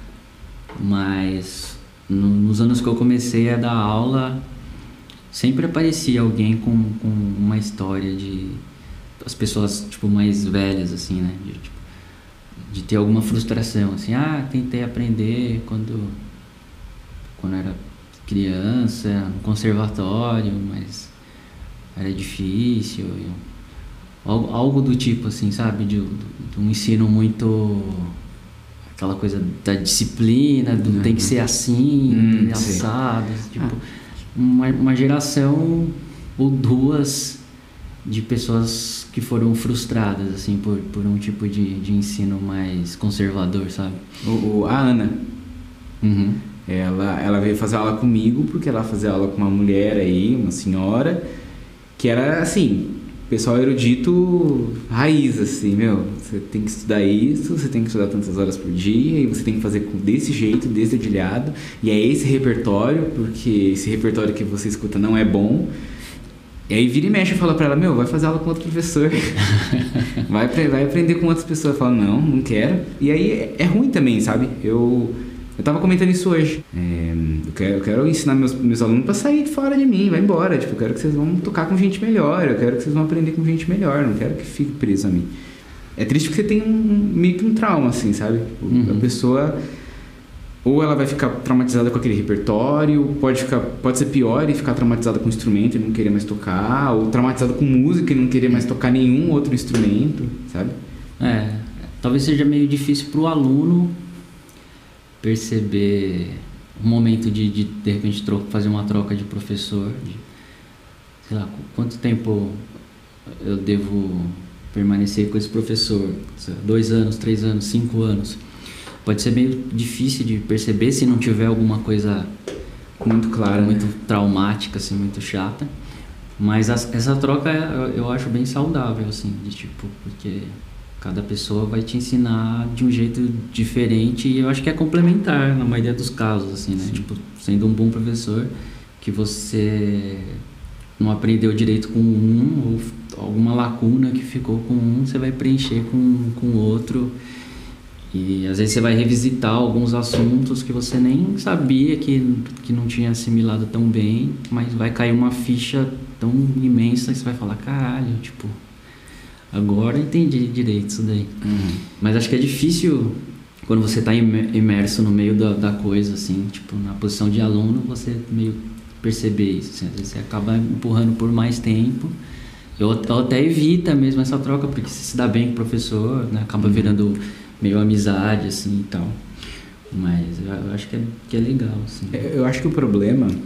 mas no, nos anos que eu comecei a dar aula, sempre aparecia alguém com, com uma história de... as pessoas, tipo, mais velhas, assim, né? De, tipo, de ter alguma frustração, assim, ah, tentei aprender quando, quando era criança, no conservatório, mas era difícil, eu, algo, algo do tipo, assim, sabe? De, de, de um ensino muito... aquela coisa da disciplina, do uhum. tem que ser assim, hum, assado, tipo, ah. uma, uma geração ou duas de pessoas que foram frustradas, assim, por, por um tipo de, de ensino mais conservador, sabe? O, o, a Ana, uhum. ela, ela veio fazer aula comigo, porque ela fazia aula com uma mulher aí, uma senhora, que era, assim, pessoal erudito raiz, assim, meu, você tem que estudar isso, você tem que estudar tantas horas por dia, e você tem que fazer desse jeito, desdedilhado, e é esse repertório, porque esse repertório que você escuta não é bom. E aí vira e mexe e fala pra ela, meu, vai fazer aula com outro professor. vai, vai aprender com outras pessoas. Fala, não, não quero. E aí é, é ruim também, sabe? Eu, eu tava comentando isso hoje. É, eu, quero, eu quero ensinar meus, meus alunos pra sair de fora de mim, vai embora. Tipo, eu quero que vocês vão tocar com gente melhor, eu quero que vocês vão aprender com gente melhor, não quero que fique preso a mim. É triste porque você tem um, meio que um trauma, assim, sabe? Uhum. A pessoa... ou ela vai ficar traumatizada com aquele repertório, pode, ficar, pode ser pior e ficar traumatizada com o instrumento e não querer mais tocar, ou traumatizada com música e não querer mais tocar nenhum outro instrumento, sabe? É, talvez seja meio difícil para o aluno perceber um momento de, de, de repente, troca, fazer uma troca de professor, de, sei lá, quanto tempo eu devo permanecer com esse professor, dois anos, três anos, cinco anos... Pode ser meio difícil de perceber se não tiver alguma coisa muito clara, muito traumática, assim, muito chata. Mas a, essa troca eu acho bem saudável, assim, de tipo, porque cada pessoa vai te ensinar de um jeito diferente e eu acho que é complementar na maioria dos casos, assim, né? Sim. Tipo, sendo um bom professor, que você não aprendeu direito com um, ou alguma lacuna que ficou com um, você vai preencher com com o outro. E às vezes você vai revisitar alguns assuntos que você nem sabia que, que não tinha assimilado tão bem, mas vai cair uma ficha tão imensa que você vai falar, caralho, tipo, agora eu entendi direito isso daí. Uhum. Mas acho que é difícil quando você está imerso no meio da, da coisa, assim, tipo, na posição de aluno, você meio perceber isso. Assim, às vezes você acaba empurrando por mais tempo. Eu, eu até evita mesmo essa troca, porque você se dá bem com o professor, né, acaba uhum. virando... meio amizade, assim, e tal. Mas eu acho que é, que é legal, assim. Eu acho que o problema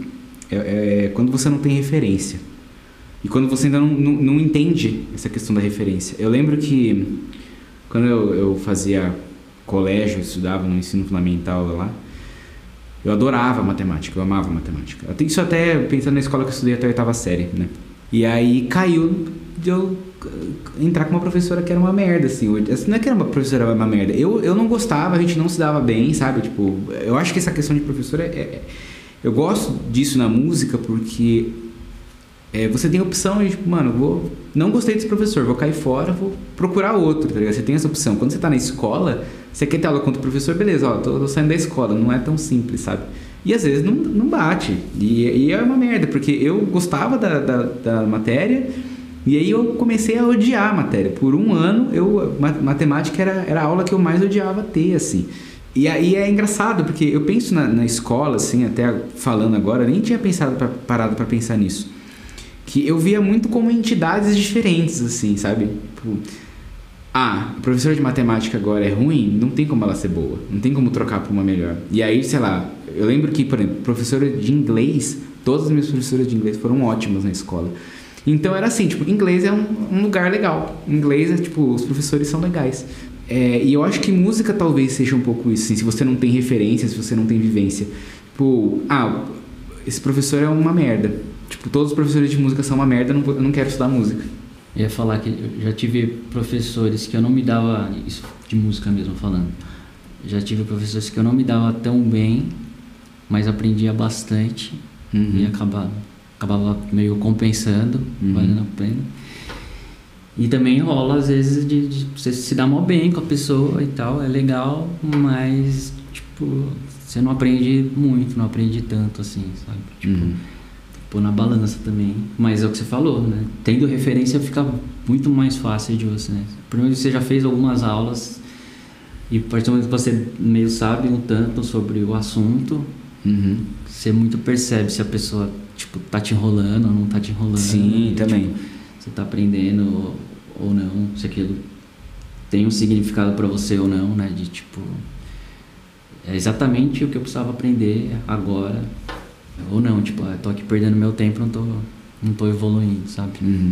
é, é quando você não tem referência. E quando você ainda não, não, não entende essa questão da referência. Eu lembro que quando eu, eu fazia colégio, eu estudava no ensino fundamental lá, eu adorava matemática, eu amava matemática. Eu tenho isso até pensando na escola que eu estudei até a oitava série, né? E aí caiu de eu entrar com uma professora que era uma merda, assim. Não é que era uma professora uma merda. Eu, eu não gostava, a gente não se dava bem, sabe? Tipo, eu acho que essa questão de professora é... é eu gosto disso na música porque é, você tem a opção de, tipo, mano, vou, não gostei desse professor, vou cair fora, vou procurar outro, tá ligado? Você tem essa opção. Quando você tá na escola, você quer ter aula contra o professor, beleza, ó, tô, tô saindo da escola, não é tão simples, sabe? E às vezes não, não bate. E, e é uma merda, porque eu gostava da, da, da matéria e aí eu comecei a odiar a matéria. Por um ano, eu, matemática era, era a aula que eu mais odiava ter, assim. E aí é engraçado, porque eu penso na, na escola, assim, até falando agora, nem tinha pensado pra, parado para pensar nisso. Que eu via muito como entidades diferentes, assim, sabe? Tipo, ah, a professora de matemática agora é ruim, não tem como ela ser boa, não tem como trocar por uma melhor. E aí, sei lá, eu lembro que, por exemplo, professora de inglês, todas as minhas professoras de inglês foram ótimas na escola. Então era assim, tipo, inglês é um, um lugar legal. Inglês é, tipo, os professores são legais. É, e eu acho que música talvez seja um pouco isso, assim, se você não tem referência, se você não tem vivência. Tipo, ah, esse professor é uma merda. Tipo, todos os professores de música são uma merda, eu não, vou, eu não quero estudar música. Eu ia falar que eu já tive professores que eu não me dava, isso de música mesmo falando, já tive professores que eu não me dava tão bem, mas aprendia bastante, uhum. e acabava, acabava meio compensando, uhum. valendo a pena. E também rola às vezes de, de você se dar mal bem com a pessoa e tal, é legal, mas tipo, você não aprende muito, não aprende tanto assim, sabe? Tipo, uhum. pôr na balança também. Mas é o que você falou, né? Tendo referência fica muito mais fácil de você, né? Primeiro você já fez algumas aulas e a partir do momento que você meio sabe um tanto sobre o assunto, uhum. você muito percebe se a pessoa, tipo, tá te enrolando ou não tá te enrolando. Sim, né? também. Tipo, você tá aprendendo ou, ou não, se aquilo tem um significado pra você ou não, né? De tipo, é exatamente o que eu precisava aprender agora. Ou não, tipo, ah, tô aqui perdendo meu tempo, não tô, não tô evoluindo, sabe? Uhum.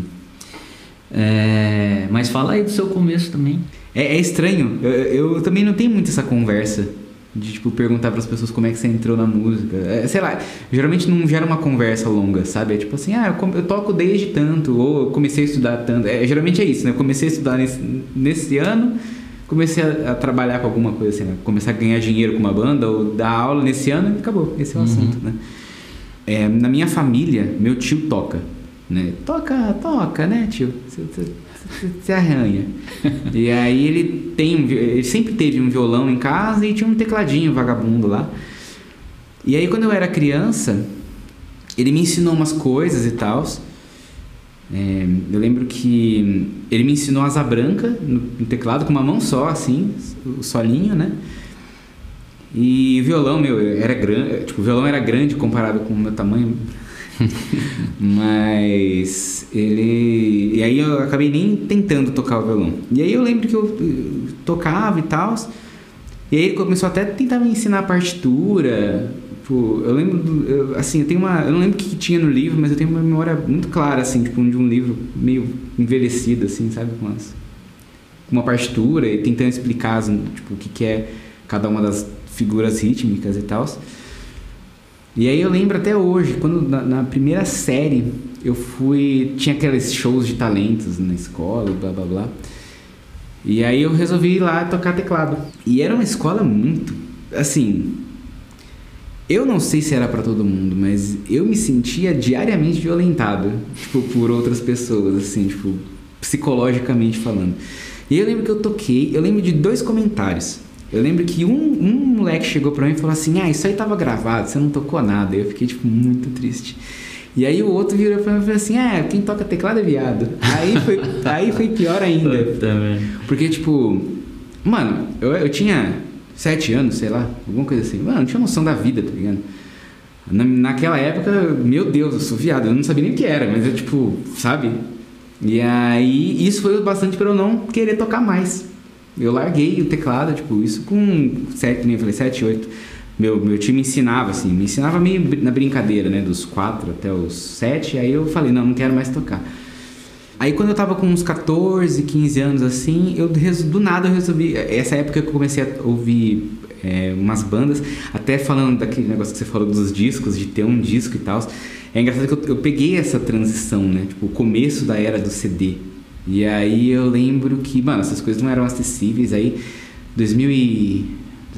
É, mas fala aí do seu começo também. É, é estranho, eu, eu também não tenho muito essa conversa de, tipo, perguntar pras pessoas como é que você entrou na música. É, sei lá, geralmente não gera uma conversa longa, sabe? É tipo assim, ah, eu, eu toco desde tanto, ou eu comecei a estudar tanto. É, geralmente é isso, né? Eu comecei a estudar nesse, nesse ano, comecei a, a trabalhar com alguma coisa assim, né? Começar a ganhar dinheiro com uma banda, ou dar aula nesse ano e acabou. Esse é o uhum. assunto, né? É, na minha família, meu tio toca, né? Toca, toca, né, tio? Você arranha. E aí ele tem um, ele sempre teve um violão em casa e tinha um tecladinho vagabundo lá. E aí quando eu era criança, ele me ensinou umas coisas e tal. É, eu lembro que ele me ensinou asa branca no, no teclado com uma mão só, assim, o solinho, né? E o violão, meu, era grande, tipo, o violão era grande comparado com o meu tamanho. Mas ele... E aí eu acabei nem tentando tocar o violão. E aí eu lembro que eu, eu tocava e tal. E aí ele começou até a tentar me ensinar a partitura. Tipo, eu lembro... Do, eu, assim, eu tenho uma... Eu não lembro o que, que tinha no livro, mas eu tenho uma memória muito clara, assim, tipo, de um livro meio envelhecido, assim, sabe? Com as, uma partitura e tentando explicar, tipo, o que, que é cada uma das figuras rítmicas e tal. E aí eu lembro até hoje, quando na, na primeira série eu fui... Tinha aqueles shows de talentos na escola, blá blá blá. E aí eu resolvi ir lá tocar teclado. E era uma escola muito... Assim... Eu não sei se era pra todo mundo, mas eu me sentia diariamente violentado, tipo, por outras pessoas, assim, tipo, psicologicamente falando. E aí eu lembro que eu toquei, eu lembro de dois comentários. Eu lembro que um, um moleque chegou pra mim e falou assim, ah, isso aí tava gravado, você não tocou nada. E eu fiquei, tipo, muito triste. E aí o outro virou pra mim e falou assim, ah, quem toca teclado é viado. Aí foi, aí foi pior ainda. Porque, tipo, mano, eu, eu tinha sete anos, sei lá, alguma coisa assim. Mano, eu não tinha noção da vida, tá ligado? Na, naquela época, meu Deus, eu sou viado. Eu não sabia nem o que era, mas eu, tipo, sabe? E aí, isso foi bastante pra eu não querer tocar mais. Eu larguei o teclado, tipo, isso com sete, nem eu falei, sete, oito. Meu, meu tio me ensinava, assim, me ensinava meio na brincadeira, né? Dos quatro até os sete. Aí eu falei, não, não quero mais tocar. Aí quando eu tava com uns catorze, quinze anos, assim, eu do nada eu resolvi... Essa época que eu comecei a ouvir é, umas bandas, até falando daquele negócio que você falou dos discos, de ter um disco e tal. É engraçado que eu, eu peguei essa transição, né? Tipo, o começo da era do C D. E aí eu lembro que, mano, essas coisas não eram acessíveis. Aí, dois mil e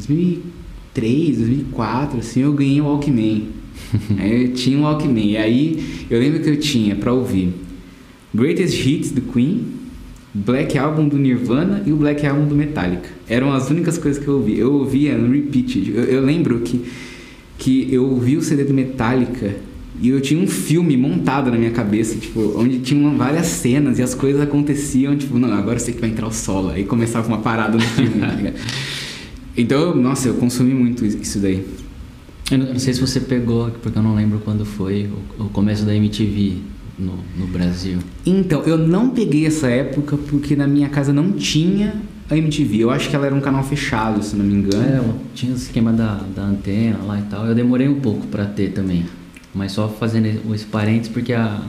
três, dois mil e quatro, assim, eu ganhei um Walkman. Aí eu tinha um Walkman. E aí eu lembro que eu tinha pra ouvir Greatest Hits do Queen, Black Album do Nirvana e o Black Album do Metallica. Eram as únicas coisas que eu ouvia. Eu ouvia no repeat. Eu, eu lembro que, que eu ouvi o C D do Metallica e eu tinha um filme montado na minha cabeça, tipo, onde tinham várias cenas e as coisas aconteciam, tipo, não, agora eu sei que vai entrar o solo. Aí começava uma parada no filme, tá ligado? Então, nossa, eu consumi muito isso daí. Eu não sei se você pegou, porque eu não lembro quando foi o, o começo da M T V. No, no Brasil. Então, eu não peguei essa época porque na minha casa não tinha a M T V. Eu acho que ela era um canal fechado, se não me engano. É, tinha o esquema da, da antena lá e tal. Eu demorei um pouco pra ter também. Mas só fazendo os parênteses porque a,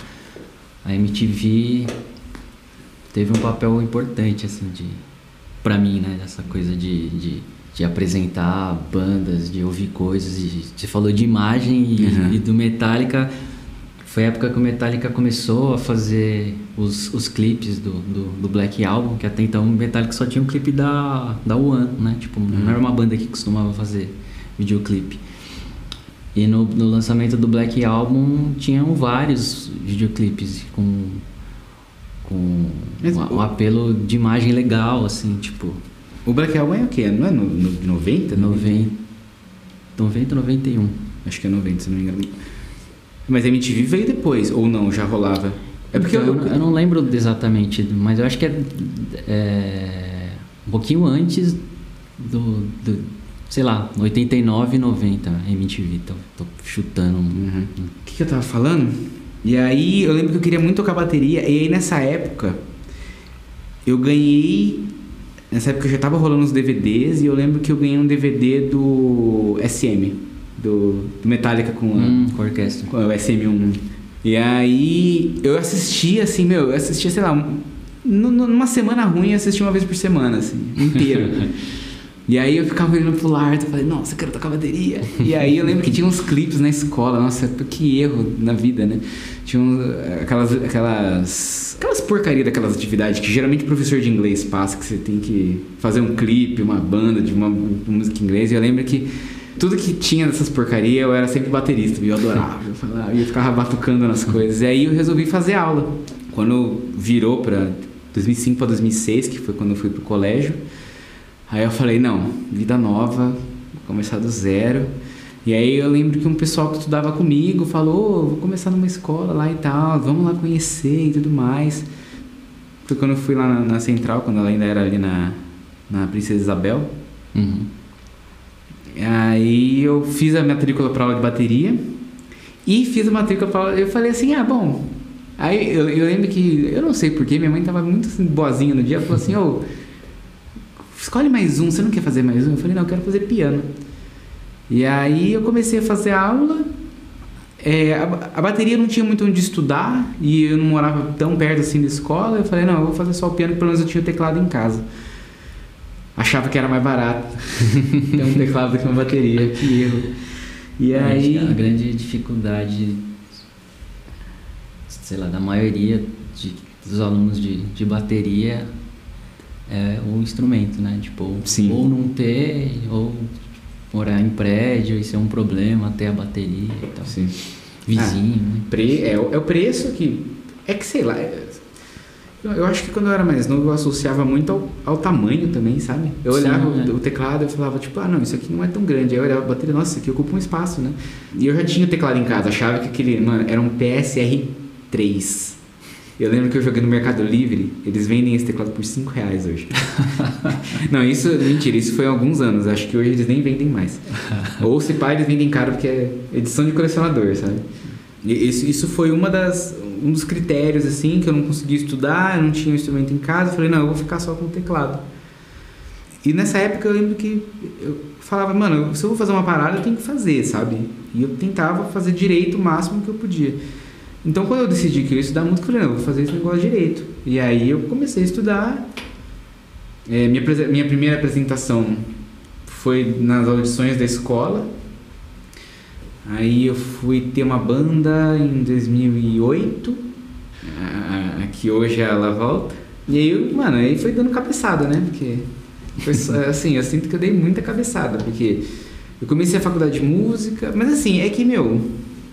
a M T V teve um papel importante, assim, de, pra mim, né? Essa coisa de, de, de apresentar bandas, de ouvir coisas. E, você falou de imagem e, uhum. e do Metallica... Foi a época que o Metallica começou a fazer os, os clipes do, do, do Black Album, que até então o Metallica só tinha um clipe da, da One, né? Tipo, uhum. não era uma banda que costumava fazer videoclipe. E no, no lançamento do Black Album tinham vários videoclipes com, com um, um apelo de imagem legal, assim, tipo... O Black Album é o quê? Não é no, no noventa? noventa, noventa, noventa e um. Acho que é noventa, se não me engano. Mas a M T V veio depois, ou não, já rolava? É porque então, eu, eu não lembro exatamente, mas eu acho que é, é um pouquinho antes do, do, sei lá, oitenta e nove, noventa, M T V, tô, tô chutando. Uhum. O que, que eu tava falando? E aí eu lembro que eu queria muito tocar bateria, e aí nessa época eu ganhei, nessa época já tava rolando os D V Ds, e eu lembro que eu ganhei um D V D do S M. Do, do Metallica com, hum, a, com a orquestra, com o S M um. E aí eu assistia assim, meu, eu assistia, sei lá, um, numa semana ruim eu assistia uma vez por semana, assim, inteiro. E aí eu ficava olhando pro Lardo e falei, nossa, eu quero tocar bateria. E aí eu lembro que tinha uns clipes na escola, nossa, que erro na vida, né? Tinha uns, aquelas, aquelas, aquelas porcarias daquelas atividades que geralmente o professor de inglês passa, que você tem que fazer um clipe, uma banda de uma, uma música em inglês. E eu lembro que tudo que tinha dessas porcarias, eu era sempre baterista, eu adorava. Eu, falava, eu ficava batucando nas coisas. E aí eu resolvi fazer aula. Quando virou para dois mil e cinco para dois mil e seis, que foi quando eu fui pro colégio, aí eu falei, não, vida nova, vou começar do zero. E aí eu lembro que um pessoal que estudava comigo falou, oh, vou começar numa escola lá e tal, vamos lá conhecer e tudo mais. Foi quando eu fui lá na, na Central, quando ela ainda era ali na, na Princesa Isabel. Uhum. Aí eu fiz a matrícula para aula de bateria e fiz a matrícula para aula, eu falei assim, ah, bom. Aí eu, eu lembro que, eu não sei porquê, minha mãe tava muito assim, boazinha no dia, ela falou assim, ô, oh, escolhe mais um, você não quer fazer mais um? Eu falei, não, eu quero fazer piano. E aí eu comecei a fazer aula, é, a, a bateria não tinha muito onde estudar e eu não morava tão perto assim da escola, eu falei, não, eu vou fazer só o piano, que pelo menos eu tinha o teclado em casa. Achava que era mais barato ter um teclado do que uma bateria, que erro. E aí... A grande dificuldade, sei lá, da maioria de, dos alunos de, de bateria é o instrumento, né? Tipo, Sim. ou não ter, ou morar em prédio e ser um problema ter a bateria e tal. Sim. Vizinho, ah, né? Pre, é, é o preço que... É que, sei lá... É, eu acho que quando eu era mais novo eu associava muito ao, ao tamanho também, sabe? Eu olhava Sim, o, é. o teclado e falava, tipo, ah, não, isso aqui não é tão grande. Aí eu olhava a bateria, nossa, isso aqui ocupa um espaço, né? E eu já tinha o teclado em casa, achava que aquele, mano, era um P S R três. Eu lembro que eu joguei no Mercado Livre, eles vendem esse teclado por cinco reais hoje. Não, isso, mentira, isso foi há alguns anos, acho que hoje eles nem vendem mais. Ou se pá, eles vendem caro porque é edição de colecionador, sabe? E isso, isso foi uma das... um dos critérios, assim, que eu não conseguia estudar, eu não tinha um instrumento em casa, eu falei, não, eu vou ficar só com o teclado. E nessa época eu lembro que eu falava, mano, se eu vou fazer uma parada, eu tenho que fazer, sabe? E eu tentava fazer direito o máximo que eu podia. Então, quando eu decidi que eu ia estudar música, eu falei, não, eu vou fazer esse negócio direito. E aí eu comecei a estudar. É, minha, minha primeira apresentação foi nas audições da escola. Aí eu fui ter uma banda em dois mil e oito, a, a, que hoje ela volta. E aí, eu, mano, aí foi dando cabeçada, né? Porque, foi, assim, eu sinto que eu dei muita cabeçada, porque eu comecei a faculdade de música, mas assim, é que, meu,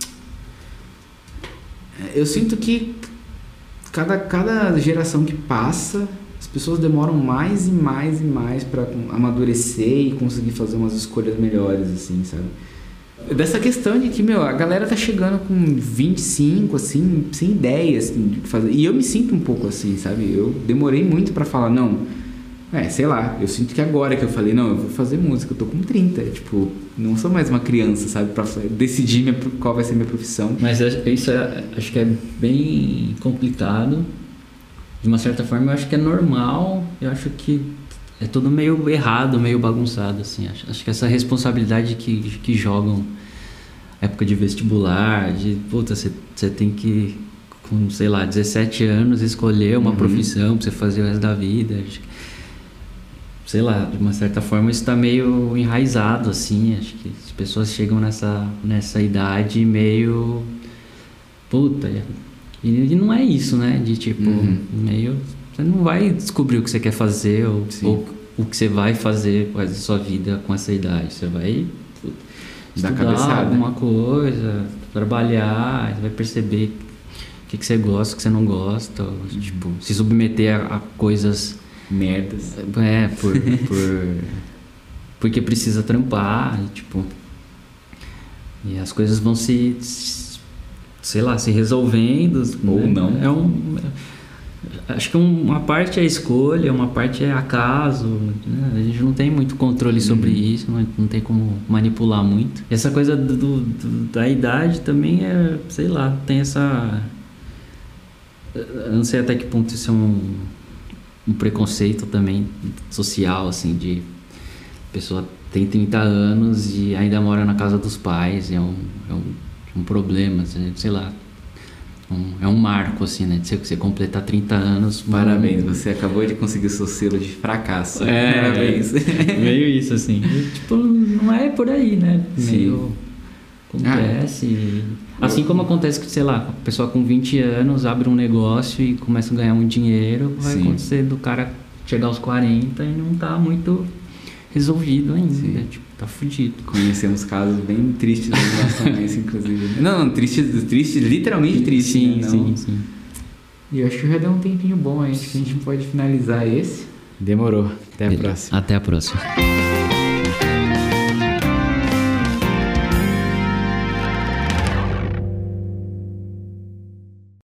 eu sinto que cada, cada geração que passa, as pessoas demoram mais e mais e mais pra amadurecer e conseguir fazer umas escolhas melhores, assim, sabe? Dessa questão de que, meu, a galera tá chegando com vinte e cinco, assim, sem ideia, assim, de fazer. E eu me sinto um pouco assim, sabe? Eu demorei muito pra falar, não, é, sei lá, eu sinto que agora que eu falei, não, eu vou fazer música, eu tô com trinta, tipo, não sou mais uma criança, sabe? Pra decidir minha, qual vai ser minha profissão. Mas isso é, acho que é bem complicado. De uma certa forma, eu acho que é normal, eu acho que é tudo meio errado, meio bagunçado, assim. Acho, acho que essa responsabilidade que, que jogam época de vestibular, de, puta, você tem que, com, sei lá, dezessete anos, escolher uma uhum. profissão pra você fazer o resto da vida. Acho que, sei lá, de uma certa forma isso tá meio enraizado, assim. Acho que as pessoas chegam nessa, nessa idade meio... Puta, e, e não é isso, né? De tipo, uhum. meio... Você não vai descobrir o que você quer fazer ou, ou o que você vai fazer com a sua vida com essa idade. Você vai dar estudar alguma coisa, trabalhar, você vai perceber o que, que você gosta, o que você não gosta. Ou, uhum. tipo, se submeter a, a coisas... merdas. É, por, por, porque precisa trampar, e, tipo... E as coisas vão se... sei lá, se resolvendo. Ou né? não. É um... Acho que uma parte é escolha, uma parte é acaso, né? A gente não tem muito controle sobre uhum. isso, não, não tem como manipular muito. E essa coisa do, do, da idade também é, sei lá, tem essa... Eu não sei até que ponto isso é um, um preconceito também social, assim, de... A pessoa tem trinta anos e ainda mora na casa dos pais, é um, é um, um problema, sei lá... Um, é um marco, assim, né? De você, você completar trinta anos. Parabéns, um... você acabou de conseguir o seu selo de fracasso. É, parabéns. Meio isso, assim. E, tipo, não é por aí, né? Sim. Meio acontece. Ah, assim como acontece que, sei lá, a pessoa com vinte anos abre um negócio e começa a ganhar muito dinheiro, vai Sim. acontecer do cara chegar aos quarenta e não tá muito resolvido ainda. Sim. Tipo, tá fudido. Conhecemos casos bem tristes em relação a isso, inclusive. Não, não, tristes, tristes, literalmente tristes. Sim, né? sim, sim. E eu acho que já deu um tempinho bom aí. Acho que a gente pode finalizar esse. Demorou. Até a próxima. Até a próxima.